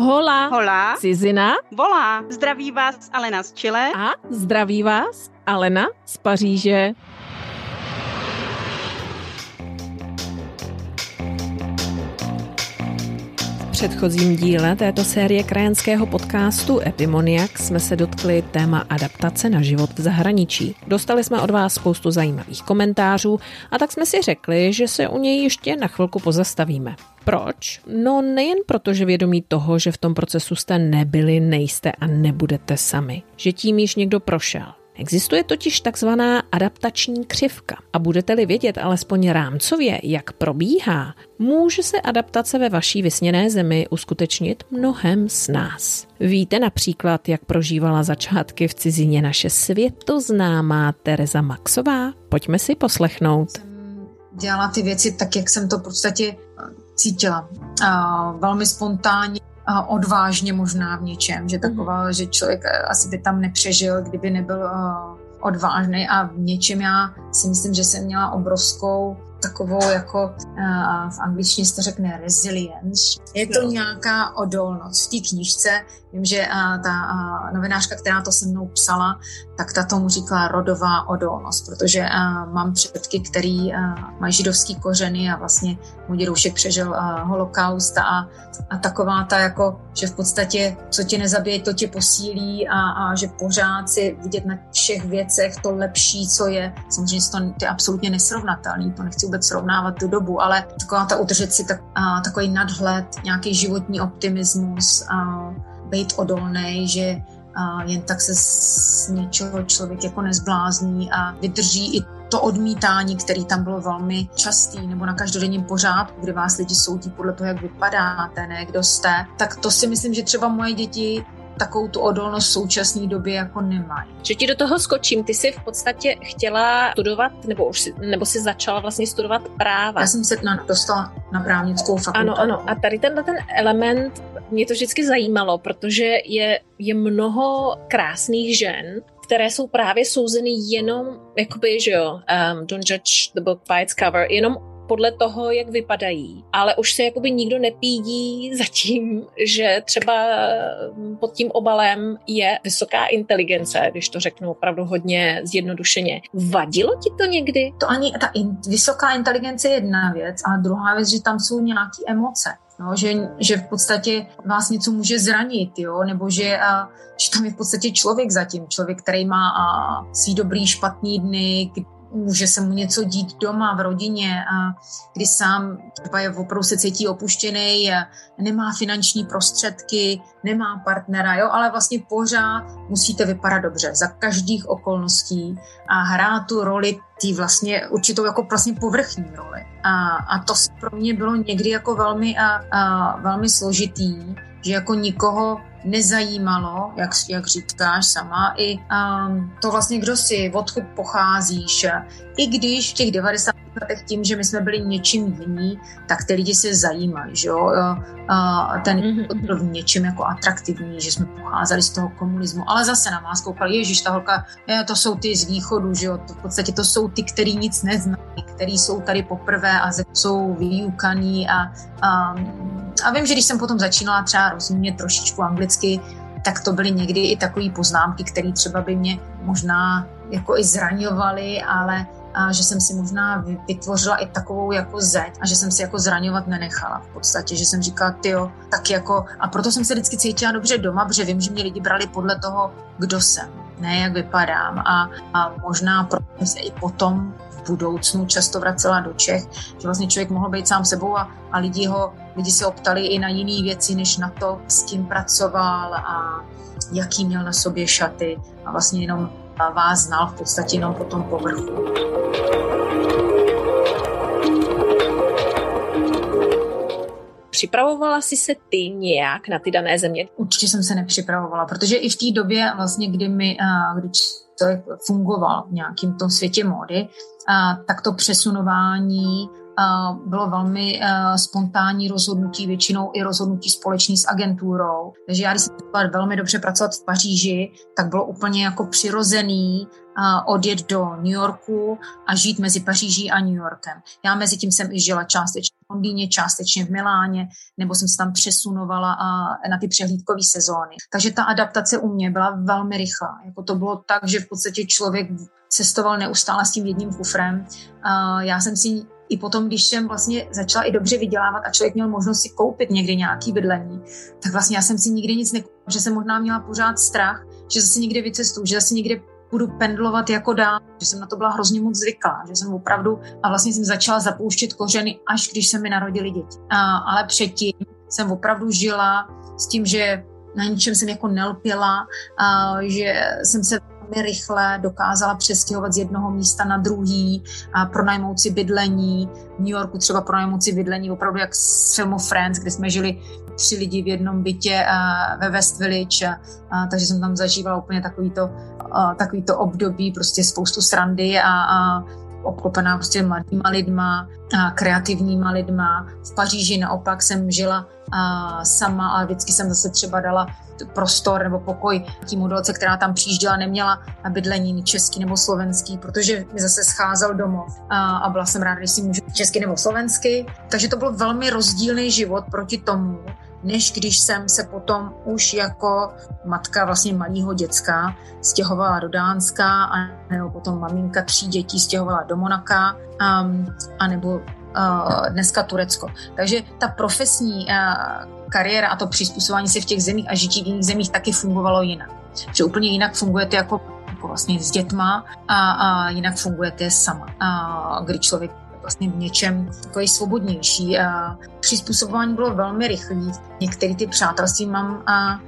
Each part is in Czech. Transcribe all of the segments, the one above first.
Hola. Hola. Cizina. Volá. Zdraví vás Alena z Chile. A zdraví vás Alena z Paříže. V předchozím díle této série krajanského podcastu Epimoniak jsme se dotkli téma adaptace na život v zahraničí. Dostali jsme od vás spoustu zajímavých komentářů a tak jsme si řekli, že se u něj ještě na chvilku pozastavíme. Proč? No nejen proto, že vědomí toho, že v tom procesu jste nebyli, nejste a nebudete sami. Že tím již někdo prošel. Existuje totiž takzvaná adaptační křivka a budete-li vědět alespoň rámcově, jak probíhá, může se adaptace ve vaší vysněné zemi uskutečnit mnohem snáz. Víte například, jak prožívala začátky v cizině naše světoznámá Tereza Maxová? Pojďme si poslechnout. Dělala ty věci tak, jak jsem to v podstatě cítila. Velmi spontánně, odvážně možná v něčem, že taková, že člověk asi by tam nepřežil, kdyby nebyl odvážný, a v něčem já si myslím, že jsem měla obrovskou takovou, jako v angličtině se to řekne resilience. Je to nějaká odolnost. V té knížce vím, že ta novinářka, která to se mnou psala, tak ta tomu říkala rodová odolnost, protože mám předky, který mají židovský kořeny a vlastně můj dědoušek přežil holokaust a taková ta, jako, že v podstatě, co tě nezabije, to tě posílí a že pořád si vidět na všech věcech to lepší, co je. Samozřejmě to je absolutně nesrovnatelný, to nechci vůbec srovnávat tu dobu, ale taková ta udržet si takový nadhled, nějaký životní optimismus, být odolnej, že jen tak se z něčeho člověk jako nezblázní a vydrží i to odmítání, který tam bylo velmi častý, nebo na každodenním pořádku, kdy vás lidi soudí podle toho, jak vypadáte, ne kdo jste, tak to si myslím, že třeba moje děti takovou tu odolnost v současné době jako nemají. Že ti do toho skočím, ty jsi v podstatě chtěla studovat, nebo si začala vlastně studovat práva. Já jsem se dostala na právnickou fakultu. Ano. A tady ten element, mě to vždycky zajímalo, protože je mnoho krásných žen, které jsou právě souzeny jenom, jakoby, že jo, don't judge the book by its cover, jenom podle toho, jak vypadají. Ale už se jakoby nikdo nepídí za tím, že třeba pod tím obalem je vysoká inteligence, když to řeknu opravdu hodně zjednodušeně. Vadilo ti to někdy? To ani vysoká inteligence je jedna věc, a druhá věc, že tam jsou nějaké emoce. No, že v podstatě vás něco může zranit, jo? Nebo že tam je v podstatě člověk zatím. Člověk, který má svý dobrý, špatný dny, může se mu něco dít doma, v rodině, a kdy sám třeba je opravdu se cítí opuštěný, nemá finanční prostředky, nemá partnera, jo, ale vlastně pořád musíte vypadat dobře za každých okolností a hrát tu roli tý vlastně určitou jako vlastně povrchní roli. A to pro mě bylo někdy jako velmi složitý, že jako nikoho nezajímalo, jak říkáš sama, i to vlastně, kdo jsi, odkud pocházíš. I když v těch 90 letech tím, že my jsme byli něčím jiní, tak ty lidi se zajímali, že jo. Ten byl v něčem jako atraktivní, že jsme pocházeli z toho komunismu, ale zase na vás koukali, ježiš, ta holka, to jsou ty z východu, že jo. V podstatě to jsou ty, který nic neznají, který jsou tady poprvé a jsou vyukaný a vím, že když jsem potom začínala třeba rozumět trošičku anglicky, tak to byly někdy i takové poznámky, které třeba by mě možná jako i zraňovaly, ale že jsem si možná vytvořila i takovou jako zeď a že jsem si jako zraňovat nenechala v podstatě, že jsem říkala, tyjo, tak jako, a proto jsem se vždycky cítila dobře doma, protože vím, že mě lidi brali podle toho, kdo jsem, ne jak vypadám, a možná proto jsem se i potom v budoucnu často vracela do Čech, že vlastně člověk mohl být sám sebou a lidi se optali i na jiné věci, než na to, s kým pracoval a jaký měl na sobě šaty, a vlastně jenom vás znal v podstatě jenom po tom povrchu. Připravovala jsi se ty nějak na ty dané země? Určitě jsem se nepřipravovala, protože i v té době vlastně, kdy člověk fungoval v nějakém tom světě módy, tak to přesunování bylo velmi spontánní rozhodnutí, většinou i rozhodnutí společný s agenturou. Takže já, když jsem chtěla velmi dobře pracovat v Paříži, tak bylo úplně jako přirozený odjet do New Yorku a žít mezi Paříží a New Yorkem. Já mezi tím jsem i žila částečně v Londýně, částečně v Miláně, nebo jsem se tam přesunovala na ty přehlídkové sezóny. Takže ta adaptace u mě byla velmi rychlá. Jako to bylo tak, že v podstatě člověk cestoval neustále s tím jedním kufrem. Já jsem si i potom, když jsem vlastně začala i dobře vydělávat a člověk měl možnost si koupit někdy nějaký bydlení, tak vlastně já jsem si nikdy nic nekoupila, že jsem možná měla pořád strach, že zase někde vycestuju, že zase někde budu pendlovat jako dál, že jsem na to byla hrozně moc zvyklá, že jsem opravdu a vlastně jsem začala zapouštět kořeny, až když se mi narodily děti. Ale předtím jsem opravdu žila s tím, že na ničem jsem jako nelpěla, že jsem se velmi rychle dokázala přestěhovat z jednoho místa na druhý, pronajmout si bydlení. V New Yorku třeba pronajmout si bydlení opravdu jak z filmu Friends, kde jsme žili 3 lidi v jednom bytě ve West Village, takže jsem tam zažívala úplně takovýto období, prostě spoustu srandy a obklopená prostě mladýma lidma, kreativníma lidma. V Paříži naopak jsem žila sama, ale vždycky jsem zase třeba dala prostor nebo pokoj tím modelce, která tam přijížděla, neměla bydlení ni český nebo slovenský, protože mi zase scházel domov a byla jsem ráda, když si můžu česky nebo slovensky. Takže to byl velmi rozdílný život proti tomu, než když jsem se potom už jako matka vlastně malého děcka stěhovala do Dánska a nebo potom maminka 3 dětí stěhovala do Monaka a nebo dneska Turecko. Takže ta profesní kariéra a to přizpůsobování se v těch zemích a žití v jiných zemích taky fungovalo jinak. Že úplně jinak fungujete jako vlastně s dětma a jinak fungujete sama, kdy člověk vlastně v něčem takový svobodnější. Přizpůsobování bylo velmi rychlé. Některé ty přátelství mám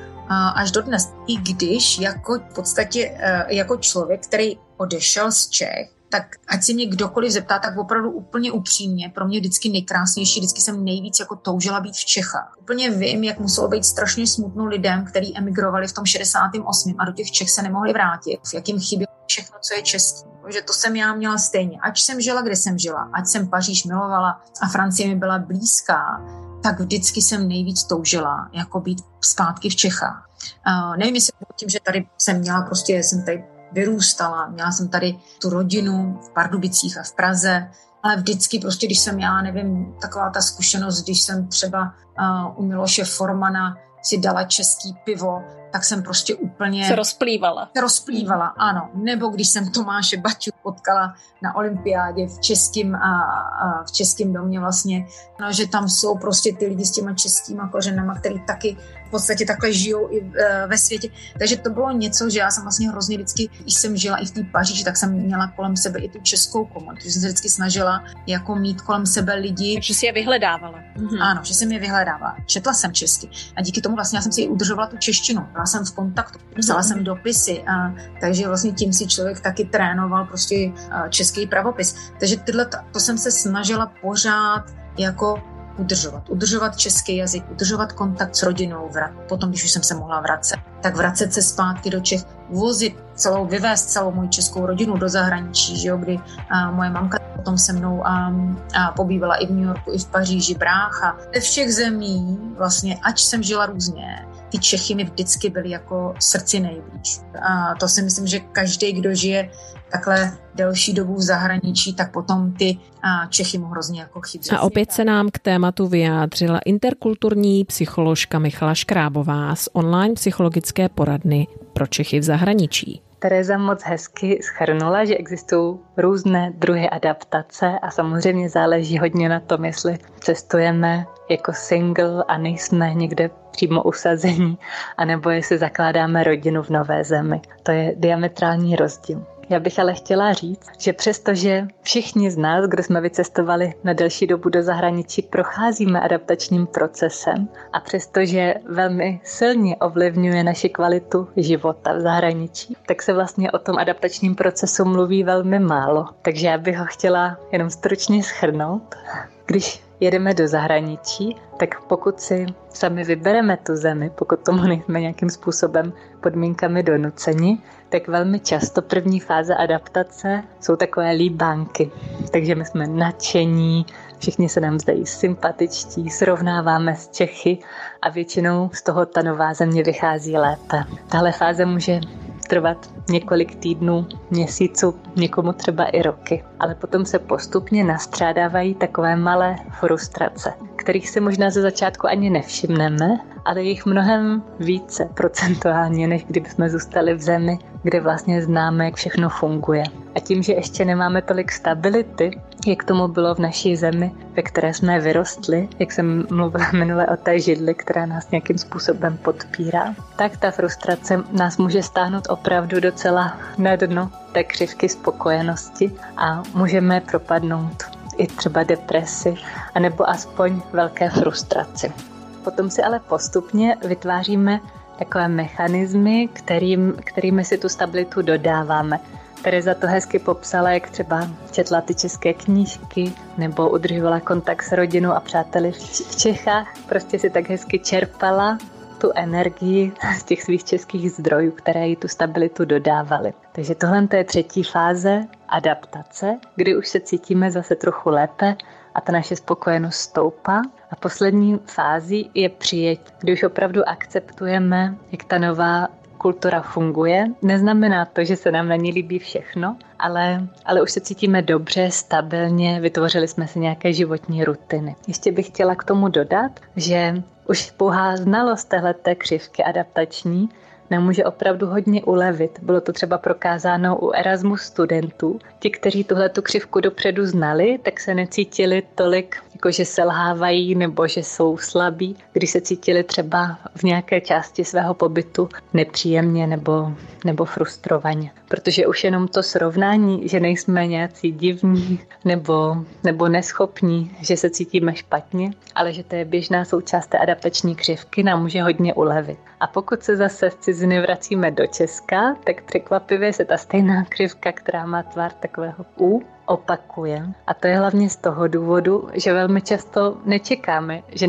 až dodnes. I když jako v podstatě jako člověk, který odešel z Čech, tak ať si mě kdokoliv zeptá, tak opravdu úplně upřímně, pro mě vždycky nejkrásnější, vždycky jsem nejvíc jako toužila být v Čechách. Úplně vím, jak muselo být strašně smutno lidem, kteří emigrovali v tom 68. a do těch Čech se nemohli vrátit, jak jim chybělo všechno, co je český. Že to jsem já měla stejně. Ať jsem žila, kde jsem žila, ať jsem Paříž milovala a Francie mi byla blízká, tak vždycky jsem nejvíc toužila jako být zpátky v Čechách. Nevím, jestli tím, že tady jsem tady vyrůstala, měla jsem tady tu rodinu v Pardubicích a v Praze, ale vždycky prostě, když jsem taková ta zkušenost, když jsem třeba u Miloše Formana si dala český pivo, tak jsem prostě úplně... Se rozplývala, ano. Nebo když jsem Tomáše Baťu potkala na olympiádě v českém domě vlastně, no, že tam jsou prostě ty lidi s těma českýma kořenama, který taky v podstatě takhle žijou i ve světě. Takže to bylo něco, že já jsem vlastně hrozně vždycky, když jsem žila i v té Paříži, tak jsem měla kolem sebe i tu českou komunitu, že jsem se vždycky snažila jako mít kolem sebe lidi. Takže si je vyhledávala. Ano, že jsem je vyhledávala. Četla jsem česky a díky tomu vlastně já jsem si udržovala tu češtinu. Byla jsem v kontaktu, psala jsem dopisy, takže vlastně tím si člověk taky trénoval prostě český pravopis. Takže to jsem se snažila pořád jako udržovat český jazyk, udržovat kontakt s rodinou, potom, když už jsem se mohla vracet, tak vracet se zpátky do Čech, vyvést celou moji českou rodinu do zahraničí, že jo, kdy moje mamka potom se mnou pobývala i v New Yorku, i v Paříži, brácha. Ve všech zemích vlastně, ač jsem žila různě, ty Čechy mi vždycky byly jako srdci nejblíž. A to si myslím, že každý, kdo žije takhle delší dobu v zahraničí, tak potom ty Čechy mu hrozně jako chybí. A opět se nám k tématu vyjádřila interkulturní psycholožka Michala Škrábová z online psychologické poradny pro Čechy v zahraničí. Tereza moc hezky shrnula, že existují různé druhy adaptace a samozřejmě záleží hodně na tom, jestli cestujeme jako single a nejsme někde přímo usazení, anebo jestli zakládáme rodinu v nové zemi. To je diametrální rozdíl. Já bych ale chtěla říct, že přestože všichni z nás, kdo jsme vycestovali na delší dobu do zahraničí, procházíme adaptačním procesem a přestože velmi silně ovlivňuje naši kvalitu života v zahraničí, tak se vlastně o tom adaptačním procesu mluví velmi málo. Takže já bych ho chtěla jenom stručně shrnout. Když jedeme do zahraničí, tak pokud si sami vybereme tu zemi, pokud tomu nejsme nějakým způsobem podmínkami donuceni, tak velmi často první fáze adaptace jsou takové líbánky. Takže my jsme nadšení, Všichni se nám zdají sympatičtí, srovnáváme s Čechy a většinou z toho ta nová země vychází lépe. Tahle fáze může trvat několik týdnů, měsíců, někomu třeba i roky. Ale potom se postupně nastřádávají takové malé frustrace, kterých si možná ze začátku ani nevšimneme, ale je jich mnohem více procentuálně, než kdybychom zůstali v zemi, kde vlastně známe, jak všechno funguje. A tím, že ještě nemáme tolik stability, jak tomu bylo v naší zemi, ve které jsme vyrostli, jak jsem mluvila minule o té židli, která nás nějakým způsobem podpírá, tak ta frustrace nás může stáhnout opravdu docela na dno té křivky spokojenosti a můžeme propadnout i třeba depresi, anebo aspoň velké frustraci. Potom si ale postupně vytváříme takové mechanismy, kterými si tu stabilitu dodáváme. Tereza to hezky popsala, jak třeba četla ty české knížky nebo udržovala kontakt s rodinou a přáteli v Čechách. Prostě si tak hezky čerpala tu energii z těch svých českých zdrojů, které jí tu stabilitu dodávaly. Takže tohle je třetí fáze adaptace, kdy už se cítíme zase trochu lépe a ta naše spokojenost stoupá. A poslední fází je přijetí, kdy už opravdu akceptujeme, jak ta nová kultura funguje. Neznamená to, že se nám na ní líbí všechno, ale už se cítíme dobře, stabilně, vytvořili jsme si nějaké životní rutiny. Ještě bych chtěla k tomu dodat, že už pouhá znalost téhleté křivky adaptační nám může opravdu hodně ulevit. Bylo to třeba prokázáno u Erasmus studentů. Ti, kteří tuhletu křivku dopředu znali, tak se necítili tolik, jako že selhávají nebo že jsou slabí, když se cítili třeba v nějaké části svého pobytu nepříjemně nebo frustrovaně. Protože už jenom to srovnání, že nejsme nějací divní nebo neschopní, že se cítíme špatně, ale že to je běžná součást té adaptační křivky, nám může hodně ulevit. A pokud se zase z ciziny vracíme do Česka, tak překvapivě se ta stejná křivka, která má tvar takového U, opakuje. A to je hlavně z toho důvodu, že velmi často nečekáme, že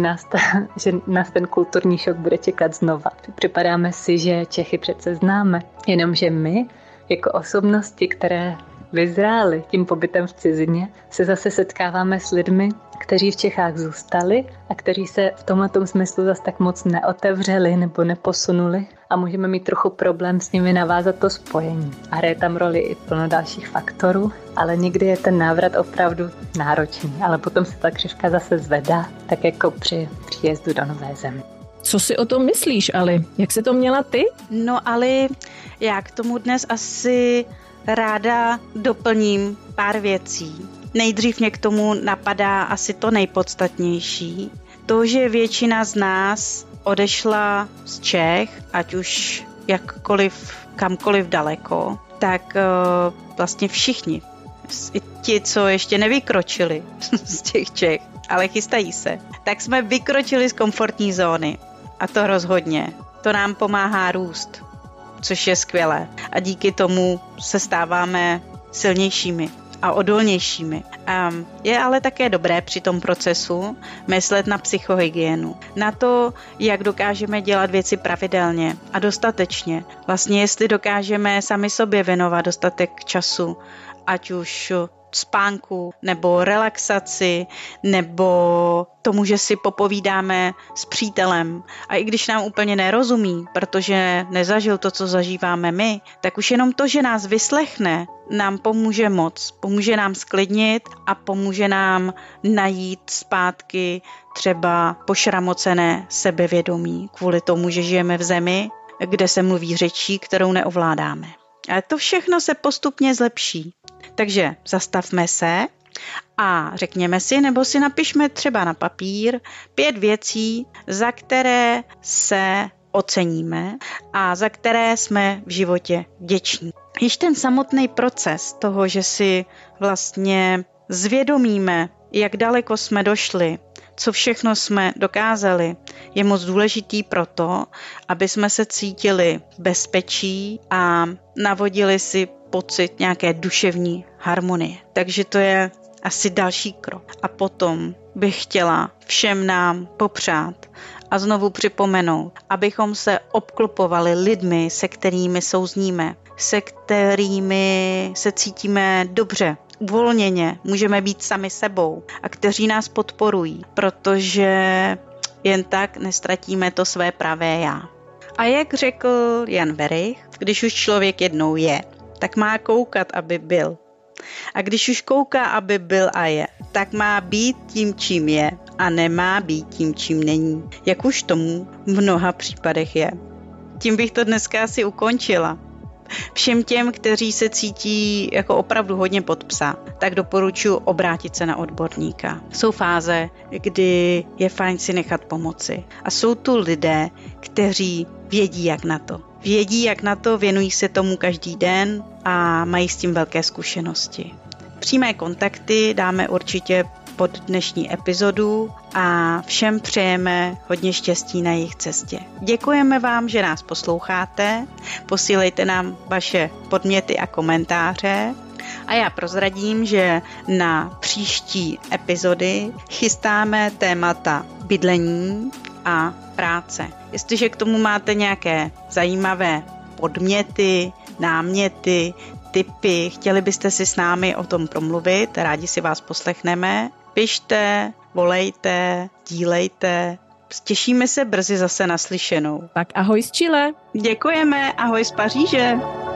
nás ten kulturní šok bude čekat znova. Připadáme si, že Čechy přece známe, jenomže my, jako osobnosti, které vyzrály tím pobytem v cizině, se zase setkáváme s lidmi, kteří v Čechách zůstali a kteří se v tomto smyslu zase tak moc neotevřeli nebo neposunuli a můžeme mít trochu problém s nimi navázat to spojení. A hraje tam roli i plno dalších faktorů, ale někdy je ten návrat opravdu náročný, ale potom se ta křivka zase zvedá, tak jako při příjezdu do nové země. Co si o tom myslíš, Ali? Jak jsi to měla ty? No, Ali, já k tomu dnes asi ráda doplním pár věcí. Nejdřív mě k tomu napadá asi to nejpodstatnější. To, že většina z nás odešla z Čech, ať už jakkoliv, kamkoliv daleko, tak vlastně všichni, i ti, co ještě nevykročili z těch Čech, ale chystají se, tak jsme vykročili z komfortní zóny. A to rozhodně. To nám pomáhá růst, což je skvělé. A díky tomu se stáváme silnějšími a odolnějšími. Je ale také dobré při tom procesu myslet na psychohygienu. Na to, jak dokážeme dělat věci pravidelně a dostatečně. Vlastně jestli dokážeme sami sobě věnovat dostatek času, ať už spánku, nebo relaxaci, nebo tomu, že si popovídáme s přítelem. A i když nám úplně nerozumí, protože nezažil to, co zažíváme my, tak už jenom to, že nás vyslechne, nám pomůže moc. Pomůže nám sklidnit a pomůže nám najít zpátky třeba pošramocené sebevědomí kvůli tomu, že žijeme v zemi, kde se mluví řečí, kterou neovládáme. Ale to všechno se postupně zlepší. Takže zastavme se a řekněme si, nebo si napišme třeba na papír 5 věcí, za které se oceníme a za které jsme v životě vděční. Již ten samotný proces toho, že si vlastně zvědomíme, jak daleko jsme došli, co všechno jsme dokázali, je moc důležitý proto, aby jsme se cítili v bezpečí a navodili si pocit nějaké duševní harmonie. Takže to je asi další krok. A potom bych chtěla všem nám popřát, a znovu připomenout, abychom se obklopovali lidmi, se kterými souzníme, se kterými se cítíme dobře, uvolněně, můžeme být sami sebou a kteří nás podporují, protože jen tak nestratíme to své pravé já. A jak řekl Jan Werich, když už člověk jednou je, tak má koukat, aby byl. A když už kouká, aby byl a je, tak má být tím, čím je a nemá být tím, čím není. Jak už tomu v mnoha případech je. Tím bych to dneska asi ukončila. Všem těm, kteří se cítí jako opravdu hodně pod psa, tak doporučuji obrátit se na odborníka. Jsou fáze, kdy je fajn si nechat pomoci. A jsou tu lidé, kteří vědí, jak na to. Vědí, jak na to, věnují se tomu každý den a mají s tím velké zkušenosti. Přímé kontakty dáme určitě pod dnešní epizodu a všem přejeme hodně štěstí na jejich cestě. Děkujeme vám, že nás posloucháte, posílejte nám vaše podněty a komentáře a já prozradím, že na příští epizody chystáme témata bydlení a práce. Jestliže k tomu máte nějaké zajímavé podměty, náměty, tipy, chtěli byste si s námi o tom promluvit, rádi si vás poslechneme, pište, volejte, dílejte. Těšíme se brzy zase naslyšenou. Tak ahoj z Chile. Děkujeme, ahoj z Paříže.